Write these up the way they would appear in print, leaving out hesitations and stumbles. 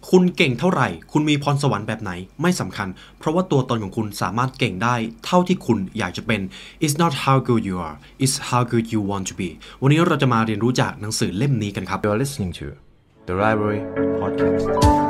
คุณเก่งเท่าไหร่คุณมีพรสวรรค์แบบไหนไม่สำคัญเพราะว่าตัวตนของคุณสามารถเก่งได้เท่าที่คุณอยากจะเป็น It's not how good you are it's how good you want to be วันนี้เราจะมาเรียนรู้จากหนังสือเล่มนี้กันครับ You're listening to The Library Podcast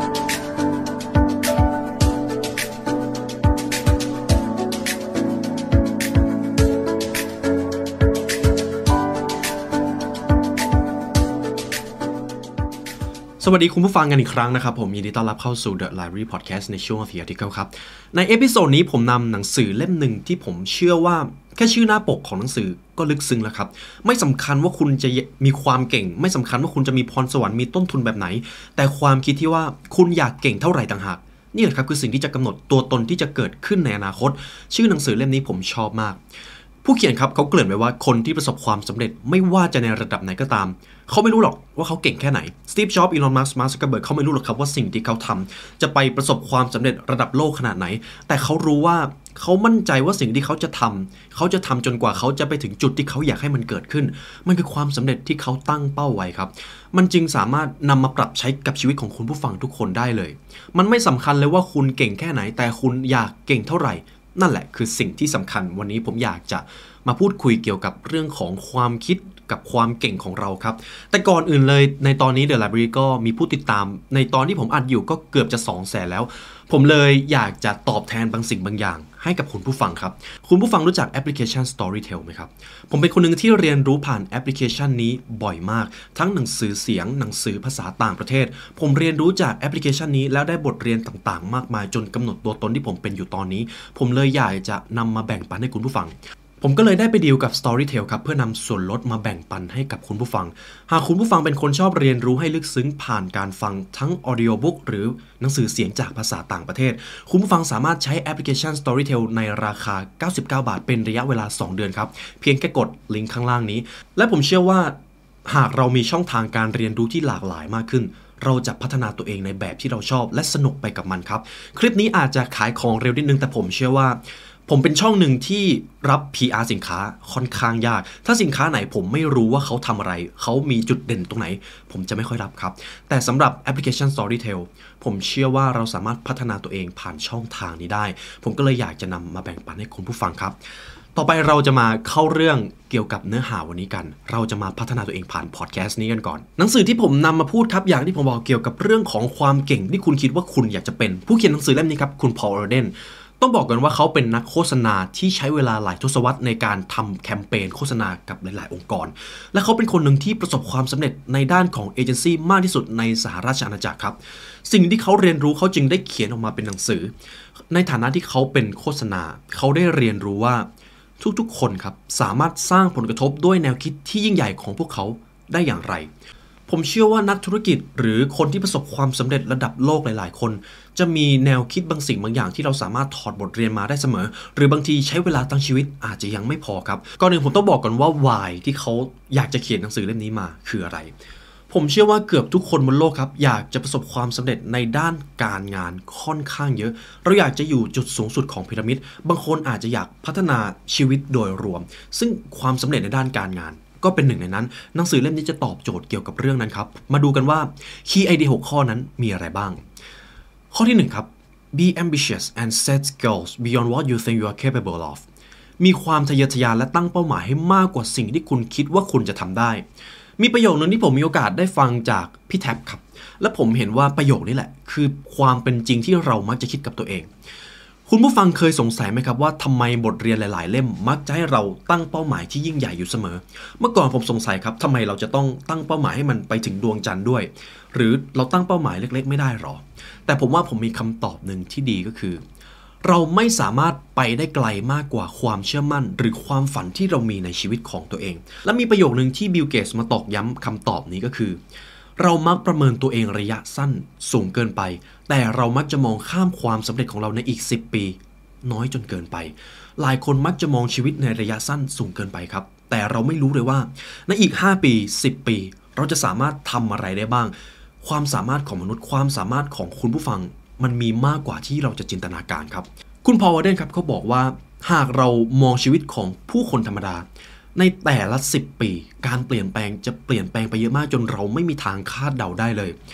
สวัสดีคุณผู้ฟังกันอีกครั้งนะครับผมยินดีต้อนรับเข้าสู่ The Library Podcast ในช่วง The Article ครับในเอพิโซดนี้ผมนำหนังสือเล่มหนึ่งที่ผมเชื่อว่าแค่ชื่อหน้าปกของหนังสือก็ลึกซึ้งแล้วครับไม่สำคัญว่าคุณจะมีความเก่งไม่สำคัญว่าคุณจะมีพรสวรรค์มีต้นทุนแบบไหนแต่ความคิดที่ว่าคุณอยากเก่งเท่าไหร่ต่างหากนี่แหละครับคือสิ่งที่จะกำหนดตัวตนที่จะเกิดขึ้นในอนาคตชื่อหนังสือเล่มนี้ผมชอบมากผู้เขียนครับเขาเกริ่นไว้ว่าคนที่ประสบความสำเร็จไม่ว่าจะในระดับไหนก็ตามเขาไม่รู้หรอกว่าเขาเก่งแค่ไหนสตีฟ จ็อบส์ อีลอน มัสก์ มาร์ค ซักเคอร์เบิร์กเขาไม่รู้หรอกครับว่าสิ่งที่เขาทำจะไปประสบความสำเร็จระดับโลกขนาดไหนแต่เขารู้ว่าเขามั่นใจว่าสิ่งที่เขาจะทำจนกว่าเขาจะไปถึงจุดที่เขาอยากให้มันเกิดขึ้นมันคือความสำเร็จที่เขาตั้งเป้าไว้ครับมันจึงสามารถนำมาปรับใช้กับชีวิตของคุณผู้ฟังทุกคนได้เลยมันไม่สำคัญเลยว่าคุณเก่งแค่ไหนแต่คุณอยากเก่งเท่าไหร่นั่นแหละคือสิ่งที่สำคัญวันนี้ผมอยากจะมาพูดคุยเกี่ยวกับเรื่องของความคิดกับความเก่งของเราครับแต่ก่อนอื่นเลยในตอนนี้ The Library ก็มีผู้ติดตามในตอนที่ผมอัดอยู่ก็เกือบจะ 200,000 แล้วผมเลยอยากจะตอบแทนบางสิ่งบางอย่างให้กับคุณผู้ฟังครับคุณผู้ฟังรู้จักแอปพลิเคชัน Storytel ไหมครับผมเป็นคนหนึ่งที่เรียนรู้ผ่านแอปพลิเคชันนี้บ่อยมากทั้งหนังสือเสียงหนังสือภาษาต่างประเทศผมเรียนรู้จากแอปพลิเคชันนี้แล้วได้บทเรียนต่างๆมากมายจนกำหนดตัวตนที่ผมเป็นอยู่ตอนนี้ผมเลยอยากจะนำมาแบ่งปันให้คุณผู้ฟังผมก็เลยได้ไปดีลกับ Storytel ครับเพื่อนำส่วนลดมาแบ่งปันให้กับคุณผู้ฟังหากคุณผู้ฟังเป็นคนชอบเรียนรู้ให้ลึกซึ้งผ่านการฟังทั้ง Audiobook หรือหนังสือเสียงจากภาษาต่างประเทศคุณผู้ฟังสามารถใช้แอปพลิเคชัน Storytel ในราคา99 บาทเป็นระยะเวลา2 เดือนครับเพียงแค่กดลิงก์ข้างล่างนี้และผมเชื่อว่าหากเรามีช่องทางการเรียนรู้ที่หลากหลายมากขึ้นเราจะพัฒนาตัวเองในแบบที่เราชอบและสนุกไปกับมันครับคลิปนี้อาจจะขายของเร็วนิดนึงแต่ผมเชื่อว่าผมเป็นช่องหนึ่งที่รับ PR สินค้าค่อนข้างยากถ้าสินค้าไหนผมไม่รู้ว่าเขาทำอะไรเขามีจุดเด่นตรงไหนผมจะไม่ค่อยรับครับแต่สำหรับแอปพลิเคชัน Storytel ผมเชื่อว่าเราสามารถพัฒนาตัวเองผ่านช่องทางนี้ได้ผมก็เลยอยากจะนำมาแบ่งปันให้คุณผู้ฟังครับต่อไปเราจะมาเข้าเรื่องเกี่ยวกับเนื้อหาวันนี้กันเราจะมาพัฒนาตัวเองผ่านพอดแคสต์นี้กันก่อนหนังสือที่ผมนำมาพูดครับอย่างที่ผมบอกเกี่ยวกับเรื่องของความเก่งที่คุณคิดว่าคุณอยากจะเป็นผู้เขียนหนังสือเล่มนี้ครับคุณพอล เออร์เดนต้องบอกกันว่าเขาเป็นนักโฆษณาที่ใช้เวลาหลายทศวรรษในการทำแคมเปญโฆษณากับหลายๆองค์กรและเขาเป็นคนหนึ่งที่ประสบความสำเร็จในด้านของเอเจนซี่มากที่สุดในสหราชอาณาจักรครับสิ่งที่เขาเรียนรู้เขาจึงได้เขียนออกมาเป็นหนังสือในฐานะที่เขาเป็นโฆษณาเขาได้เรียนรู้ว่าทุกๆคนครับสามารถสร้างผลกระทบด้วยแนวคิดที่ยิ่งใหญ่ของพวกเขาได้อย่างไรผมเชื่อว่านักธุรกิจหรือคนที่ประสบความสำเร็จระดับโลกหลายๆคนจะมีแนวคิดบางสิ่งบางอย่างที่เราสามารถถอดบทเรียนมาได้เสมอหรือบางทีใช้เวลาทั้งชีวิตอาจจะยังไม่พอครับก่อนอื่นผมต้องบอกก่อนว่า why ที่เขาอยากจะเขียนหนังสือเล่มนี้มาคืออะไรผมเชื่อว่าเกือบทุกคนบนโลกครับอยากจะประสบความสำเร็จในด้านการงานค่อนข้างเยอะเราอยากจะอยู่จุดสูงสุดของพีระมิดบางคนอาจจะอยากพัฒนาชีวิตโดยรวมซึ่งความสำเร็จในด้านการงานก็เป็นหนึ่งในนั้นหนังสือเล่มนี้จะตอบโจทย์เกี่ยวกับเรื่องนั้นครับมาดูกันว่า Key Idea 6 ข้อนั้นมีอะไรบ้างข้อที่1ครับ Be ambitious and set goals beyond what you think you are capable of มีความทะเยอทะยานและตั้งเป้าหมายให้มากกว่าสิ่งที่คุณคิดว่าคุณจะทำได้มีประโยคนึงที่ผมมีโอกาสได้ฟังจากพี่แท็บครับและผมเห็นว่าประโยคนี้แหละคือความเป็นจริงที่เรามักจะคิดกับตัวเองคุณผู้ฟังเคยสงสัยไหมครับว่าทำไมบทเรียนหลายๆเล่มมักจะให้เราตั้งเป้าหมายที่ยิ่งใหญ่อยู่เสมอเมื่อก่อนผมสงสัยครับทำไมเราจะต้องตั้งเป้าหมายให้มันไปถึงดวงจันทร์ด้วยหรือเราตั้งเป้าหมายเล็กๆไม่ได้หรอแต่ผมว่าผมมีคำตอบหนึ่งที่ดีก็คือเราไม่สามารถไปได้ไกลมากกว่าความเชื่อมั่นหรือความฝันที่เรามีในชีวิตของตัวเองและมีประโยคนึงที่บิล เกตส์มาตอกย้ำคำตอบนี้ก็คือเรามักประเมินตัวเองระยะสั้นสูงเกินไปแต่เรามักจะมองข้ามความสำเร็จของเราในอีก10 ปีน้อยจนเกินไปหลายคนมักจะมองชีวิตในระยะสั้นสูงเกินไปครับแต่เราไม่รู้เลยว่าในอีก5 ปี10 ปีเราจะสามารถทำอะไรได้บ้างความสามารถของมนุษย์ความสามารถของคุณผู้ฟังมันมีมากกว่าที่เราจะจินตนาการครับคุณพอล วอร์เดนครับเขาบอกว่าหากเรามองชีวิตของผู้คนธรรมดาในแต่ละ10 ปีการเปลี่ยนแปลงจะเปลี่ยนแปลงไปเยอะมากจนเราไม่มีทางคาดเดาได้เลย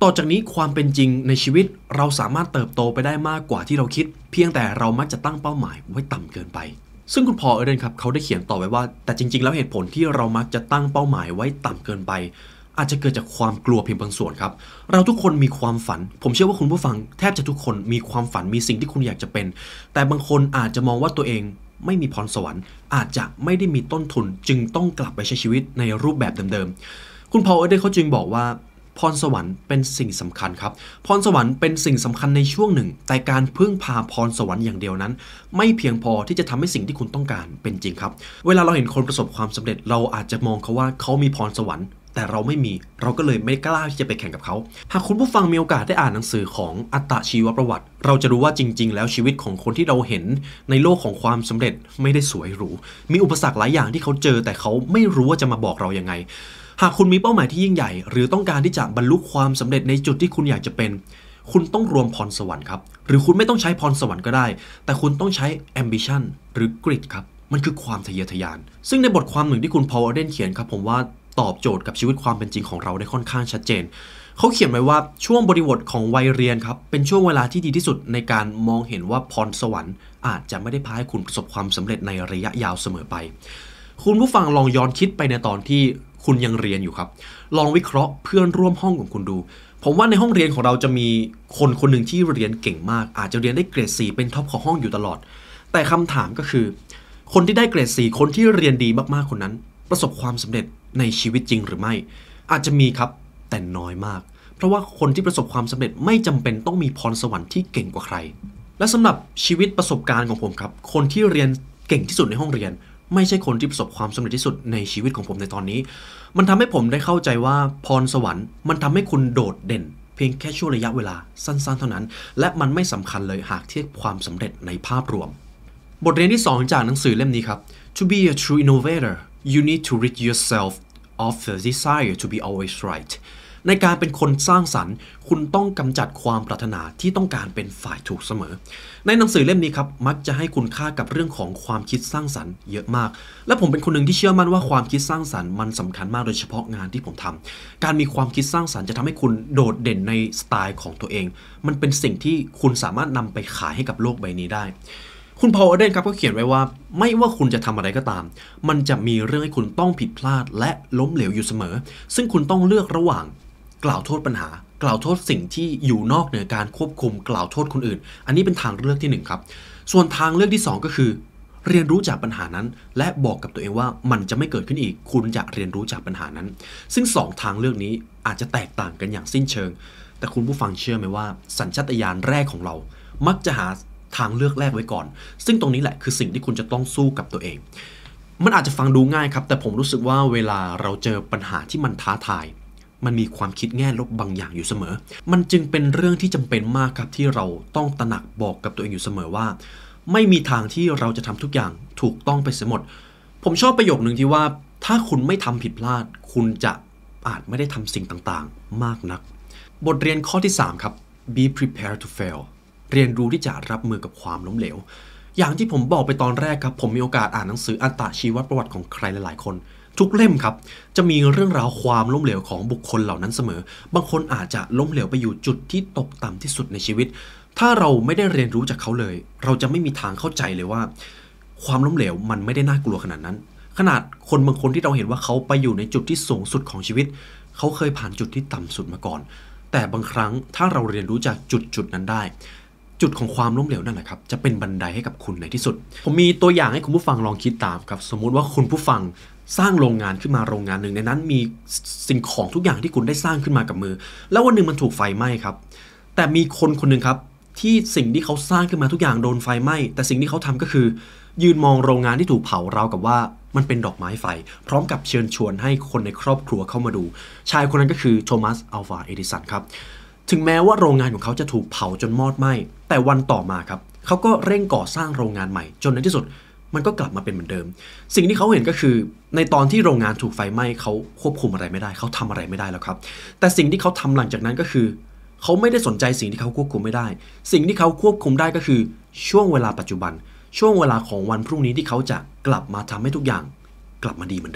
ต่อจากนี้ความเป็นจริงในชีวิตเราสามารถเติบโตไปได้มากกว่าที่เราคิดเพียงแต่เรามักจะตั้งเป้าหมายไว้ต่ำเกินไปซึ่งคุณพอล เอเดนครับเขาได้เขียนต่อไว้ว่าแต่จริงๆแล้วเหตุผลที่เรามักจะตั้งเป้าหมายไว้ต่ำเกินไปอาจจะเกิดจากความกลัวเพียงบางส่วนครับเราทุกคนมีความฝันผมเชื่อว่าคุณผู้ฟังแทบจะทุกคนมีความฝันมีสิ่งที่คุณอยากจะเป็นแต่บางคนอาจจะมองว่าตัวเองไม่มีพรสวรรค์อาจจะไม่ได้มีต้นทุนจึงต้องกลับไปใช้ชีวิตในรูปแบบเดิมๆคุณพอล เอเดนเขาจึงบอกว่าพรสวรรค์เป็นสิ่งสำคัญครับพรสวรรค์เป็นสิ่งสำคัญในช่วงหนึ่งแต่การพึ่งพาพรสวรรค์อย่างเดียวนั้นไม่เพียงพอที่จะทำให้สิ่งที่คุณต้องการเป็นจริงครับเวลาเราเห็นคนประสบความสำเร็จเราอาจจะมองเขาว่าเขามีพรสวรรค์แต่เราไม่มีเราก็เลยไม่กล้าที่จะไปแข่งกับเขาหากคุณผู้ฟังมีโอกาสได้อ่านหนังสือของอัตชีวประวัติเราจะรู้ว่าจริงๆแล้วชีวิตของคนที่เราเห็นในโลกของความสำเร็จไม่ได้สวยหรูมีอุปสรรคหลายอย่างที่เขาเจอแต่เขาไม่รู้ว่าจะมาบอกเรายังไงหากคุณมีเป้าหมายที่ยิ่งใหญ่หรือต้องการที่จะบรรลุความสำเร็จในจุดที่คุณอยากจะเป็นคุณต้องรวมพรสวรรค์ครับหรือคุณไม่ต้องใช้พรสวรรค์ก็ได้แต่คุณต้องใช้ ambition หรือ grit ครับมันคือความทะเยอทะยานซึ่งในบทความหนึ่งที่คุณพอล เอเดนเขียนครับผมว่าตอบโจทย์กับชีวิตความเป็นจริงของเราได้ค่อนข้างชัดเจนเขาเขียนไว้ว่าช่วงบริบทของวัยเรียนครับเป็นช่วงเวลาที่ดีที่สุดในการมองเห็นว่าพรสวรรค์อาจจะไม่ได้พาให้คุณประสบความสำเร็จในระยะยาวเสมอไปคุณผู้ฟังลองย้อนคิดไปในตอนที่คุณยังเรียนอยู่ครับลองวิเคราะห์เพื่อนร่วมห้องของคุณดูผมว่าในห้องเรียนของเราจะมีคนคนหนึ่งที่เรียนเก่งมากอาจจะเรียนได้เกรด 4เป็นท็อปของห้องอยู่ตลอดแต่คำถามก็คือคนที่ได้เกรด 4คนที่เรียนดีมากๆคนนั้นประสบความสำเร็จในชีวิตจริงหรือไม่อาจจะมีครับแต่น้อยมากเพราะว่าคนที่ประสบความสำเร็จไม่จำเป็นต้องมีพรสวรรค์ที่เก่งกว่าใครและสำหรับชีวิตประสบการณ์ของผมครับคนที่เรียนเก่งที่สุดในห้องเรียนไม่ใช่คนที่ประสบความสำเร็จที่สุดในชีวิตของผมในตอนนี้มันทำให้ผมได้เข้าใจว่าพรสวรรค์มันทำให้คุณโดดเด่นเพียงแค่ช่วงระยะเวลาสั้นๆเท่านั้นและมันไม่สำคัญเลยหากเทียบความสำเร็จในภาพรวมบทเรียนที่ 2 จากหนังสือเล่มนี้ครับ To be a true innovator you need to rid yourself of the desire to be always right ในการเป็นคนสร้างสรรค์คุณต้องกำจัดความปรารถนาที่ต้องการเป็นฝ่ายถูกเสมอในหนังสือเล่มนี้ครับมักจะให้คุณค่ากับเรื่องของความคิดสร้างสรรค์เยอะมากและผมเป็นคนหนึ่งที่เชื่อมั่นว่าความคิดสร้างสรรค์มันสำคัญมากโดยเฉพาะงานที่ผมทำการมีความคิดสร้างสรรค์จะทำให้คุณโดดเด่นในสไตล์ของตัวเองมันเป็นสิ่งที่คุณสามารถนำไปขายให้กับโลกใบนี้ได้คุณพอล เอเดนครับก็เขียนไว้ว่าไม่ว่าคุณจะทำอะไรก็ตามมันจะมีเรื่องให้คุณต้องผิดพลาดและล้มเหลวอยู่เสมอซึ่งคุณต้องเลือกระหว่างกล่าวโทษปัญหากล่าวโทษสิ่งที่อยู่นอกเหนือการควบคุมกล่าวโทษคนอื่นอันนี้เป็นทางเลือกที่1ครับส่วนทางเลือกที่2ก็คือเรียนรู้จากปัญหานั้นและบอกกับตัวเองว่ามันจะไม่เกิดขึ้นอีกคุณจะเรียนรู้จากปัญหานั้นซึ่ง2ทางเลือกนี้อาจจะแตกต่างกันอย่างสิ้นเชิงแต่คุณผู้ฟังเชื่อไหมว่าสัญชาตญาณแรกของเรามักจะหาทางเลือกแรกไว้ก่อนซึ่งตรงนี้แหละคือสิ่งที่คุณจะต้องสู้กับตัวเองมันอาจจะฟังดูง่ายครับแต่ผมรู้สึกว่าเวลาเราเจอปัญหาที่มันท้าทายมันมีความคิดแง่ลบบางอย่างอยู่เสมอมันจึงเป็นเรื่องที่จำเป็นมากครับที่เราต้องตระหนักบอกกับตัวเองอยู่เสมอว่าไม่มีทางที่เราจะทำทุกอย่างถูกต้องไปเสียหมดผมชอบประโยคนึงที่ว่าถ้าคุณไม่ทำผิดพลาดคุณจะอาจไม่ได้ทำสิ่งต่างๆมากนักบทเรียนข้อที่3ครับ be prepared to failเรียนรู้ที่จะรับมือกับความล้มเหลวอย่างที่ผมบอกไปตอนแรกครับผมมีโอกาสอ่านหนังสืออัตชีวประวัติของใครหลายๆคนทุกเล่มครับจะมีเรื่องราวความล้มเหลวของบุคคลเหล่านั้นเสมอบางคนอาจจะล้มเหลวไปอยู่จุดที่ตกต่ำที่สุดในชีวิตถ้าเราไม่ได้เรียนรู้จากเขาเลยเราจะไม่มีทางเข้าใจเลยว่าความล้มเหลวมันไม่ได้น่ากลัวขนาดนั้นขนาดคนบางคนที่เราเห็นว่าเขาไปอยู่ในจุดที่สูงสุดของชีวิตเขาเคยผ่านจุดที่ต่ำสุดมาก่อนแต่บางครั้งถ้าเราเรียนรู้จากจุดนั้นได้จุดของความล้มเหลวนั่นแหละครับจะเป็นบันไดให้กับคุณในที่สุดผมมีตัวอย่างให้คุณผู้ฟังลองคิดตามครับสมมุติว่าคุณผู้ฟังสร้างโรงงานขึ้นมาโรงงานหนึ่งในนั้นมีสิ่งของทุกอย่างที่คุณได้สร้างขึ้นมากับมือแล้ววันหนึ่งมันถูกไฟไหม้ครับแต่มีคนคนหนึ่งครับที่สิ่งที่เขาสร้างขึ้นมาทุกอย่างโดนไฟไหม้แต่สิ่งที่เขาทำก็คือยืนมองโรงงานที่ถูกเผาราวกับว่ามันเป็นดอกไม้ไฟพร้อมกับเชิญชวนให้คนในครอบครัวเข้ามาดูชายคนนั้นก็คือโทมัส อัลวา เอดิสันครับถึงแม้ว่าโรงงานของเขาจะถูกเผาจนมอดไหม้แต่วันต่อมาครับเขาก็เร่งก่อสร้างโรงงานใหม่จนในที่สุดมันก็กลับมาเป็นเหมือนเดิมสิ่งที่เขาเห็นก็คือในตอนที่โรงงานถูกไฟไหม้เขาควบคุมอะไรไม่ได้เขาทำอะไรไม่ได้แล้วครับแต่สิ่งที่เขาทำหลังจากนั้นก็คือเขาไม่ได้สนใจสิ่งที่เขาควบคุมไม่ได้สิ่งที่เขาควบคุมได้ก็คือช่วงเวลาปัจจุบันช่วงเวลาของวันพรุ่งนี้ที่เขาจะกลับมาทำให้ทุกอย่างกลับมาดีเหมือนเดิม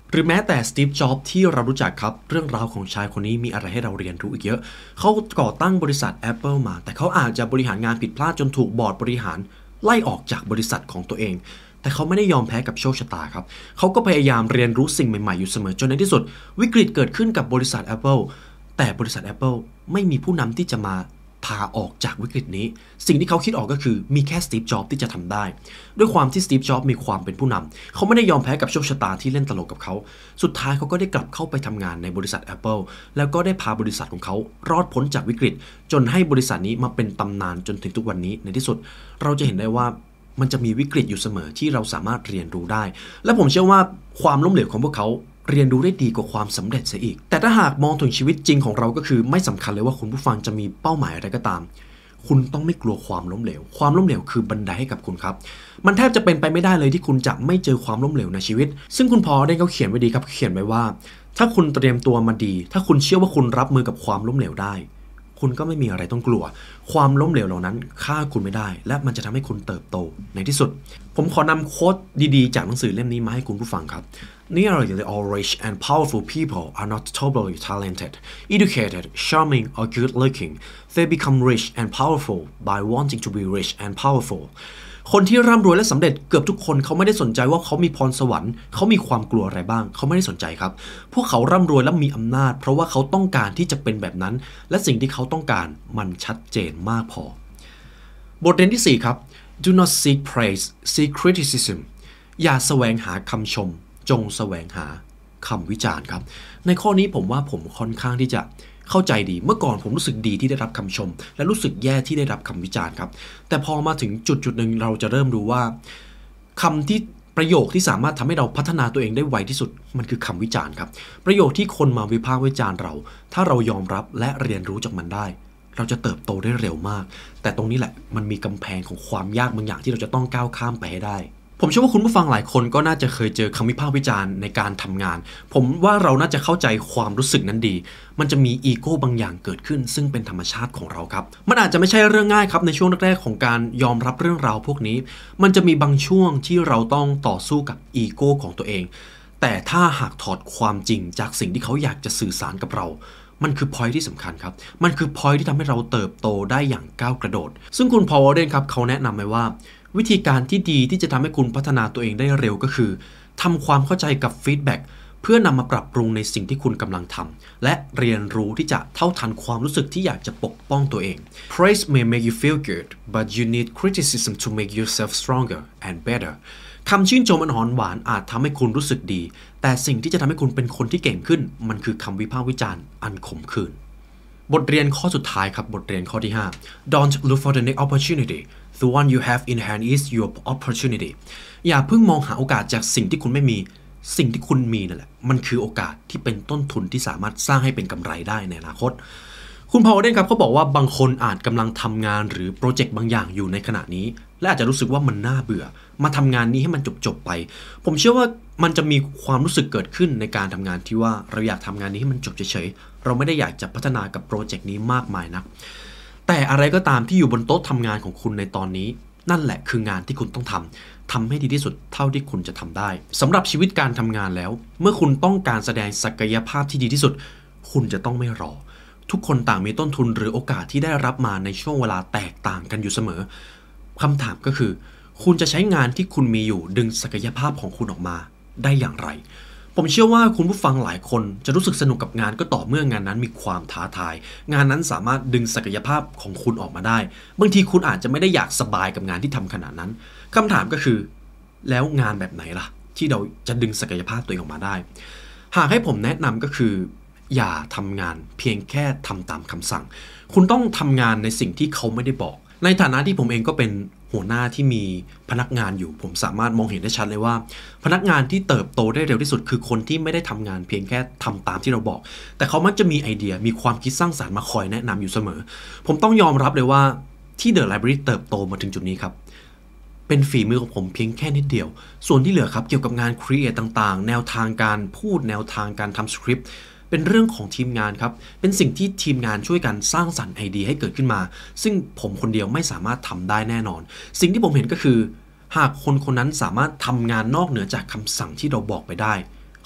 หรือแม้แต่สตีฟ จ็อบส์ที่เรารู้จักครับเรื่องราวของชายคนนี้มีอะไรให้เราเรียนรู้อีกเยอะเขาก่อตั้งบริษัท Apple มาแต่เขาอาจจะบริหารงานผิดพลาดจนถูกบอร์ดบริหารไล่ออกจากบริษัทของตัวเองแต่เขาไม่ได้ยอมแพ้กับโชคชะตาครับเขาก็พยายามเรียนรู้สิ่งใหม่ๆอยู่เสมอจนในที่สุดวิกฤตเกิดขึ้นกับบริษัท Apple แต่บริษัท Apple ไม่มีผู้นำที่จะมาพาออกจากวิกฤตนี้สิ่งที่เขาคิดออกก็คือมีแค่สตีฟ จ็อบส์ที่จะทำได้ด้วยความที่สตีฟ จ็อบส์มีความเป็นผู้นำเขาไม่ได้ยอมแพ้กับโชคชะตาที่เล่นตลกกับเขาสุดท้ายเขาก็ได้กลับเข้าไปทำงานในบริษัท Apple แล้วก็ได้พาบริษัทของเขารอดพ้นจากวิกฤตจนให้บริษัทนี้มาเป็นตำนานจนถึงทุกวันนี้ในที่สุดเราจะเห็นได้ว่ามันจะมีวิกฤตอยู่เสมอที่เราสามารถเรียนรู้ได้และผมเชื่อว่าความล้มเหลวของพวกเขาเรียนรู้ได้ดีกว่าความสำเร็จเสียอีกแต่ถ้าหากมองถึงชีวิตจริงของเราก็คือไม่สำคัญเลยว่าคุณผู้ฟังจะมีเป้าหมายอะไรก็ตามคุณต้องไม่กลัวความล้มเหลวความล้มเหลวคือบันไดให้กับคุณครับมันแทบจะเป็นไปไม่ได้เลยที่คุณจะไม่เจอความล้มเหลวในชีวิตซึ่งคุณพอได้เขาเขียนไว้ดีครับเขียนไว้ว่าถ้าคุณเตรียมตัวมาดีถ้าคุณเชื่อว่าคุณรับมือกับความล้มเหลวได้คุณก็ไม่มีอะไรต้องกลัวความล้มเหลวเหล่านั้นฆ่าคุณไม่ได้และมันจะทำให้คุณเติบโตในที่สุดผมขอนำโค้ดดีๆจากหนังสือเล่มนี้มาให้คุณผู้ฟังครับ Nearly all rich and powerful people are not totally talented, educated, charming, or good-looking. They become rich and powerful by wanting to be rich and powerful. คนที่ร่ำรวยและสำเร็จเกือบทุกคนเขาไม่ได้สนใจว่าเขามีพรสวรรค์เขามีความกลัวอะไรบ้างเขาไม่ได้สนใจครับพวกเขาร่ำรวยและมีอำนาจเพราะว่าเขาต้องการที่จะเป็นแบบนั้นและสิ่งที่เขาต้องการมันชัดเจนมากพอบทเรียนที่4ครับ Do not seek praise, seek criticism อย่าแสวงหาคำชมจงแสวงหาคำวิจารณ์ครับในข้อนี้ผมว่าผมค่อนข้างที่จะเข้าใจดีเมื่อก่อนผมรู้สึกดีที่ได้รับคำชมและรู้สึกแย่ที่ได้รับคำวิจารณ์ครับแต่พอมาถึงจุดหนึ่งเราจะเริ่มรู้ว่าคำที่ประโยคที่สามารถทำให้เราพัฒนาตัวเองได้ไวที่สุดมันคือคำวิจารณ์ครับประโยคที่คนมาวิพากษ์วิจารณ์เราถ้าเรายอมรับและเรียนรู้จากมันได้เราจะเติบโตได้เร็วมากแต่ตรงนี้แหละมันมีกำแพงของความยากบางอย่างที่เราจะต้องก้าวข้ามไปให้ได้ผมเชื่อว่าคุณผู้ฟังหลายคนก็น่าจะเคยเจอคำวิพากษ์วิจารณ์ในการทำงานผมว่าเราน่าจะเข้าใจความรู้สึกนั้นดีมันจะมีอีโก้บางอย่างเกิดขึ้นซึ่งเป็นธรรมชาติของเราครับมันอาจจะไม่ใช่เรื่องง่ายครับในช่วงแรกๆของการยอมรับเรื่องราวพวกนี้มันจะมีบางช่วงที่เราต้องต่อสู้กับอีโก้ของตัวเองแต่ถ้าหากถอดความจริงจากสิ่งที่เขาอยากจะสื่อสารกับเรามันคือ point ที่สำคัญครับมันคือ point ที่ทำให้เราเติบโตได้อย่างก้าวกระโดดซึ่งคุณพอล วอร์เดนครับเขาแนะนำไว้ว่าวิธีการที่ดีที่จะทำให้คุณพัฒนาตัวเองได้เร็วก็คือทำความเข้าใจกับฟีดแบ็กเพื่อนำมาปรับปรุงในสิ่งที่คุณกำลังทำและเรียนรู้ที่จะเท่าทันความรู้สึกที่อยากจะปกป้องตัวเอง Praise may make you feel good but you need criticism to make yourself stronger and better คำชื่นชมอันหอมหวานอาจทำให้คุณรู้สึกดีแต่สิ่งที่จะทำให้คุณเป็นคนที่เก่งขึ้นมันคือคำวิพากษ์วิจารณ์อันขมขื่นบทเรียนข้อสุดท้ายครับบทเรียนข้อที่ 5 Don't look for the next opportunity The one you have in hand is your opportunity อย่าเพิ่งมองหาโอกาสจากสิ่งที่คุณไม่มีสิ่งที่คุณมีนั่นแหละมันคือโอกาสที่เป็นต้นทุนที่สามารถสร้างให้เป็นกำไรได้ในอนาคตคุณพอล วอร์เดนครับเขาบอกว่าบางคนอาจกำลังทำงานหรือโปรเจกต์บางอย่างอยู่ในขณะนี้และอาจจะรู้สึกว่ามันน่าเบื่อมาทำงานนี้ให้มันจบไปผมเชื่อว่ามันจะมีความรู้สึกเกิดขึ้นในการทำงานที่ว่าเราอยากทำงานนี้ให้มันจบเฉยๆเราไม่ได้อยากจะพัฒนากับโปรเจกต์นี้มากมายนักแต่อะไรก็ตามที่อยู่บนโต๊ะทำงานของคุณในตอนนี้นั่นแหละคืองานที่คุณต้องทำให้ดีที่สุดเท่าที่คุณจะทำได้สำหรับชีวิตการทำงานแล้วเมื่อคุณต้องการแสดงศักยภาพที่ดีที่สุดคุณจะต้องไม่รอทุกคนต่างมีต้นทุนหรือโอกาสที่ได้รับมาในช่วงเวลาแตกต่างกันอยู่เสมอคำถามก็คือคุณจะใช้งานที่คุณมีอยู่ดึงศักยภาพของคุณออกมาได้อย่างไรผมเชื่อว่าคุณผู้ฟังหลายคนจะรู้สึกสนุกกับงานก็ต่อเมื่องานนั้นมีความท้าทายงานนั้นสามารถดึงศักยภาพของคุณออกมาได้บางทีคุณอาจจะไม่ได้อยากสบายกับงานที่ทำขนาดนั้นคำถามก็คือแล้วงานแบบไหนล่ะที่เราจะดึงศักยภาพตัวเองออกมาได้หากให้ผมแนะนำก็คืออย่าทำงานเพียงแค่ทำตามคำสั่งคุณต้องทำงานในสิ่งที่เขาไม่ได้บอกในฐานะที่ผมเองก็เป็นหัวหน้าที่มีพนักงานอยู่ผมสามารถมองเห็นได้ชัดเลยว่าพนักงานที่เติบโตได้เร็วที่สุดคือคนที่ไม่ได้ทำงานเพียงแค่ทำตามที่เราบอกแต่เขามักจะมีไอเดียมีความคิดสร้างสรรค์มาคอยแนะนำอยู่เสมอผมต้องยอมรับเลยว่าที่ The Library เติบโตมาถึงจุดนี้ครับเป็นฝีมือของผมเพียงแค่นิดเดียวส่วนที่เหลือครับเกี่ยวกับงานครีเอทต่างๆแนวทางการพูดแนวทางการทำสคริปต์เป็นเรื่องของทีมงานครับเป็นสิ่งที่ทีมงานช่วยกันสร้างสรรค์ไอเดียให้เกิดขึ้นมาซึ่งผมคนเดียวไม่สามารถทำได้แน่นอนสิ่งที่ผมเห็นก็คือหากคนคนนั้นสามารถทำงานนอกเหนือจากคำสั่งที่เราบอกไปได้เข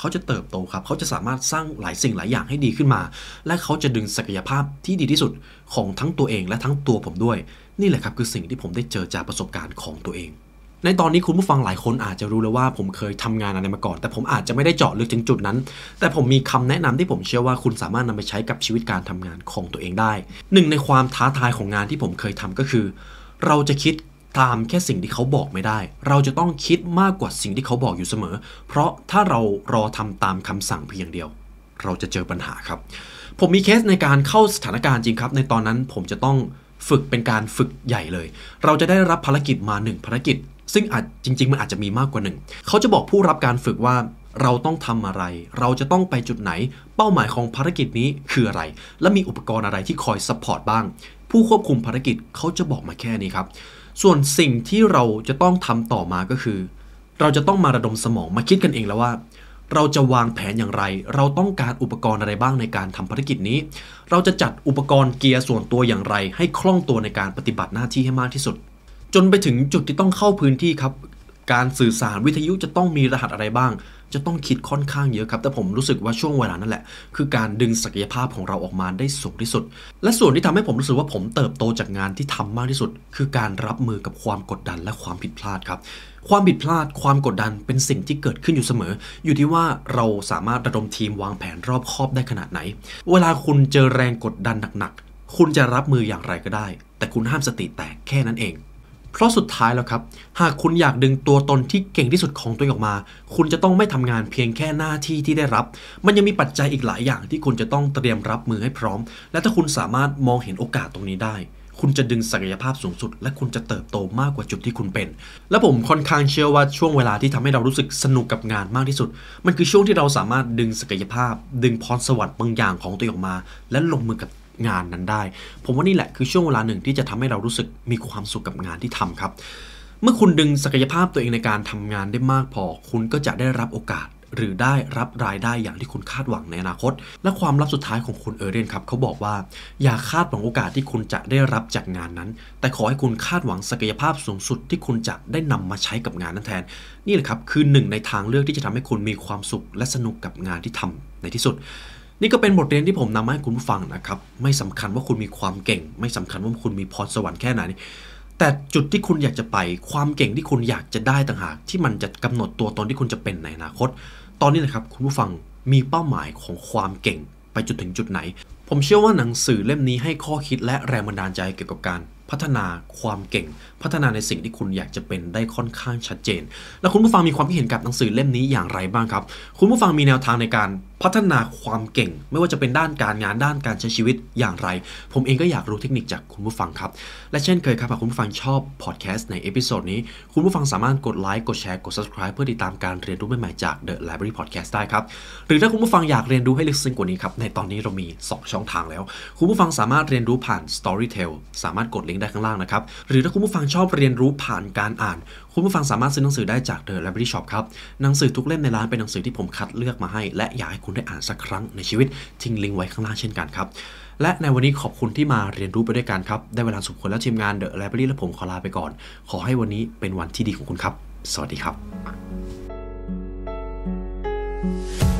เขาจะเติบโตครับเขาจะสามารถสร้างหลายสิ่งหลายอย่างให้ดีขึ้นมาและเขาจะดึงศักยภาพที่ดีที่สุดของทั้งตัวเองและทั้งตัวผมด้วยนี่แหละครับคือสิ่งที่ผมได้เจอจากประสบการณ์ของตัวเองในตอนนี้คุณผู้ฟังหลายคนอาจจะรู้แล้วว่าผมเคยทำงานอะไรมาก่อนแต่ผมอาจจะไม่ได้เจาะลึกถึงจุดนั้นแต่ผมมีคำแนะนำที่ผมเชื่อว่าคุณสามารถนำไปใช้กับชีวิตการทำงานของตัวเองได้หนึ่งในความท้าทายของงานที่ผมเคยทำก็คือเราจะคิดตามแค่สิ่งที่เขาบอกไม่ได้เราจะต้องคิดมากกว่าสิ่งที่เขาบอกอยู่เสมอเพราะถ้าเรารอทำตามคำสั่งเพียงเดียวเราจะเจอปัญหาครับผมมีเคสในการเข้าสถานการณ์จริงครับในตอนนั้นผมจะต้องฝึกเป็นการฝึกใหญ่เลยเราจะได้รับภารกิจมา1ภารกิจซึ่งจริงๆมันอาจจะมีมากกว่า1เขาจะบอกผู้รับการฝึกว่าเราต้องทำอะไรเราจะต้องไปจุดไหนเป้าหมายของภารกิจนี้คืออะไรและมีอุปกรณ์อะไรที่คอยซัพพอร์ตบ้างผู้ควบคุมภารกิจเขาจะบอกมาแค่นี้ครับส่วนสิ่งที่เราจะต้องทำต่อมาก็คือเราจะต้องมาระดมสมองมาคิดกันเองแล้วว่าเราจะวางแผนอย่างไรเราต้องการอุปกรณ์อะไรบ้างในการทำภารกิจนี้เราจะจัดอุปกรณ์เกียร์ส่วนตัวอย่างไรให้คล่องตัวในการปฏิบัติหน้าที่ให้มากที่สุดจนไปถึงจุดที่ต้องเข้าพื้นที่ครับการสื่อสารวิทยุจะต้องมีรหัสอะไรบ้างจะต้องคิดค่อนข้างเยอะครับแต่ผมรู้สึกว่าช่วงเวลานั่นแหละคือการดึงศักยภาพของเราออกมาได้สูงที่สุดและส่วนที่ทำให้ผมรู้สึกว่าผมเติบโตจากงานที่ทำมากที่สุดคือการรับมือกับความกดดันและความผิดพลาดครับความผิดพลาดความกดดันเป็นสิ่งที่เกิดขึ้นอยู่เสมออยู่ที่ว่าเราสามารถระดมทีมวางแผนรอบคอบได้ขนาดไหนเวลาคุณเจอแรงกดดันหนักๆคุณจะรับมืออย่างไรก็ได้แต่คุณห้ามสติแตกแค่นั้นเองเพราะสุดท้ายแล้วครับหากคุณอยากดึงตัวตนที่เก่งที่สุดของตัวเองออกมาคุณจะต้องไม่ทำงานเพียงแค่หน้าที่ที่ได้รับมันยังมีปัจจัยอีกหลายอย่างที่คุณจะต้องเตรียมรับมือให้พร้อมและถ้าคุณสามารถมองเห็นโอกาสตรงนี้ได้คุณจะดึงศักยภาพสูงสุดและคุณจะเติบโตมากกว่าจุดที่คุณเป็นและผมค่อนข้างเชื่อว่าช่วงเวลาที่ทำให้เรารู้สึกสนุกกับงานมากที่สุดมันคือช่วงที่เราสามารถดึงศักยภาพดึงพรสวรรค์บางอย่างของตัวเองออกมาและลงมือกับงานนั้นได้ผมว่านี่แหละคือช่วงเวลาหนึ่งที่จะทำให้เรารู้สึกมีความสุขกับงานที่ทำครับเมื่อคุณดึงศักยภาพตัวเองในการทำงานได้มากพอคุณก็จะได้รับโอกาสหรือได้รับรายได้อย่างที่คุณคาดหวังในอนาคตและความลับสุดท้ายของคุณเอเรนครับเขาบอกว่าอย่าคาดหวังโอกาสที่คุณจะได้รับจากงานนั้นแต่ขอให้คุณคาดหวังศักยภาพสูงสุดที่คุณจะได้นำมาใช้กับงานนั้นแทนนี่แหละครับคือหนึ่งในทางเลือกที่จะทำให้คุณมีความสุขและสนุกกับงานที่ทำในที่สุดนี่ก็เป็นบทเรียนที่ผมนำมาให้คุณผู้ฟังนะครับไม่สำคัญว่าคุณมีความเก่งไม่สำคัญว่าคุณมีพรสวรรค์แค่ไหนแต่จุดที่คุณอยากจะไปความเก่งที่คุณอยากจะได้ต่างหากที่มันจะกำหนดตัวตนที่คุณจะเป็นในอนาคตตอนนี้นะครับคุณผู้ฟังมีเป้าหมายของความเก่งไปจนถึงจุดไหนผมเชื่อว่าหนังสือเล่มนี้ให้ข้อคิดและแรงบันดาลใจเกี่ยวกับการพัฒนาความเก่งพัฒนาในสิ่งที่คุณอยากจะเป็นได้ค่อนข้างชัดเจนแล้วคุณผู้ฟังมีความคิดเห็นกับหนังสือเล่มนี้อย่างไรบ้างครับคุณผู้ฟังมีแนวทางในการพัฒนาความเก่งไม่ว่าจะเป็นด้านการงานด้านการใช้ชีวิตอย่างไรผมเองก็อยากรู้เทคนิคจากคุณผู้ฟังครับและเช่นเคยครับหากคุณผู้ฟังชอบพอดแคสต์ในเอพิโซดนี้คุณผู้ฟังสามารถกดไลค์กดแชร์กด Subscribe เพื่อติดตามการเรียนรู้ใหม่ๆจาก The Library Podcast ได้ครับหรือถ้าคุณผู้ฟังอยากเรียนรู้ให้ลึกซึ้งกว่านี้ครับในตอนนี้เรามี2ช่องทางแล้วคุณผู้ฟังสามารถเรียนรู้ผ่าน Storytel สามารถกดลิงก์ได้ข้างล่างนะครับหรือถ้าคุณผู้ฟังชอบเรียนรู้ผ่านการอ่านคุณผู้ฟังสามารถซื้อหนังสือได้จาก The Library Shop ครับหนังสือทุกเล่มในร้านเป็นหนังสือที่ผมคัดเลือกมาให้และอยากให้คุณได้อ่านสักครั้งในชีวิตทิ้งลิงก์ไว้ข้างล่างเช่นกันครับและในวันนี้ขอบคุณที่มาเรียนรู้ไปด้วยกันครับได้เวลาสมควรแล้วทีมงาน The Library และผมขอลาไปก่อนขอให้วันนี้เป็นวันที่ดีของคุณครับสวัสดีครับ